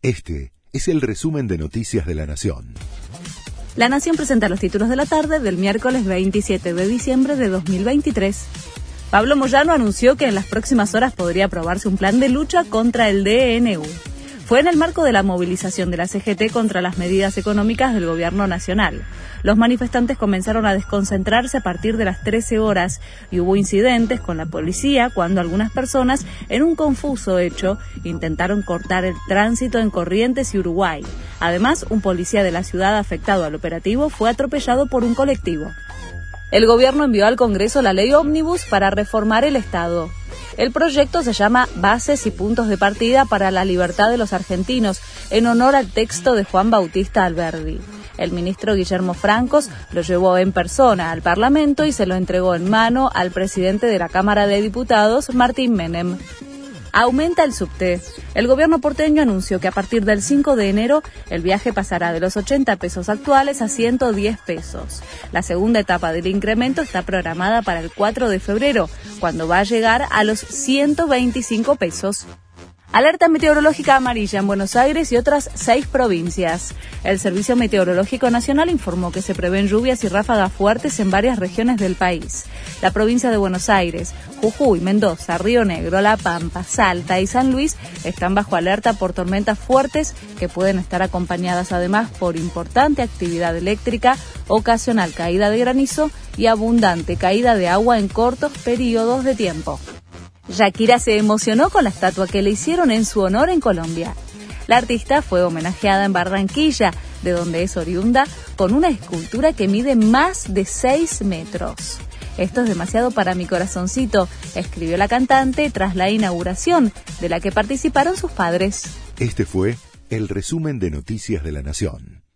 Este es el resumen de Noticias de la Nación. La Nación presenta los títulos de la tarde del miércoles 27 de diciembre de 2023. Pablo Moyano anunció que en las próximas horas podría aprobarse un plan de lucha contra el DNU. Fue en el marco de la movilización de la CGT contra las medidas económicas del gobierno nacional. Los manifestantes comenzaron a desconcentrarse a partir de las 13 horas y hubo incidentes con la policía cuando algunas personas, en un confuso hecho, intentaron cortar el tránsito en Corrientes y Uruguay. Además, un policía de la ciudad afectado al operativo fue atropellado por un colectivo. El gobierno envió al Congreso la ley ómnibus para reformar el Estado. El proyecto se llama Bases y Puntos de Partida para la Libertad de los Argentinos, en honor al texto de Juan Bautista Alberdi. El ministro Guillermo Francos lo llevó en persona al Parlamento y se lo entregó en mano al presidente de la Cámara de Diputados, Martín Menem. Aumenta el subte. El gobierno porteño anunció que a partir del 5 de enero el viaje pasará de los 80 pesos actuales a 110 pesos. La segunda etapa del incremento está programada para el 4 de febrero, cuando va a llegar a los 125 pesos. Alerta meteorológica amarilla en Buenos Aires y otras 6 provincias. El Servicio Meteorológico Nacional informó que se prevén lluvias y ráfagas fuertes en varias regiones del país. La provincia de Buenos Aires, Jujuy, Mendoza, Río Negro, La Pampa, Salta y San Luis están bajo alerta por tormentas fuertes que pueden estar acompañadas además por importante actividad eléctrica, ocasional caída de granizo y abundante caída de agua en cortos periodos de tiempo. Shakira se emocionó con la estatua que le hicieron en su honor en Colombia. La artista fue homenajeada en Barranquilla, de donde es oriunda, con una escultura que mide más de 6 metros. Esto es demasiado para mi corazoncito, escribió la cantante tras la inauguración, de la que participaron sus padres. Este fue el resumen de Noticias de la Nación.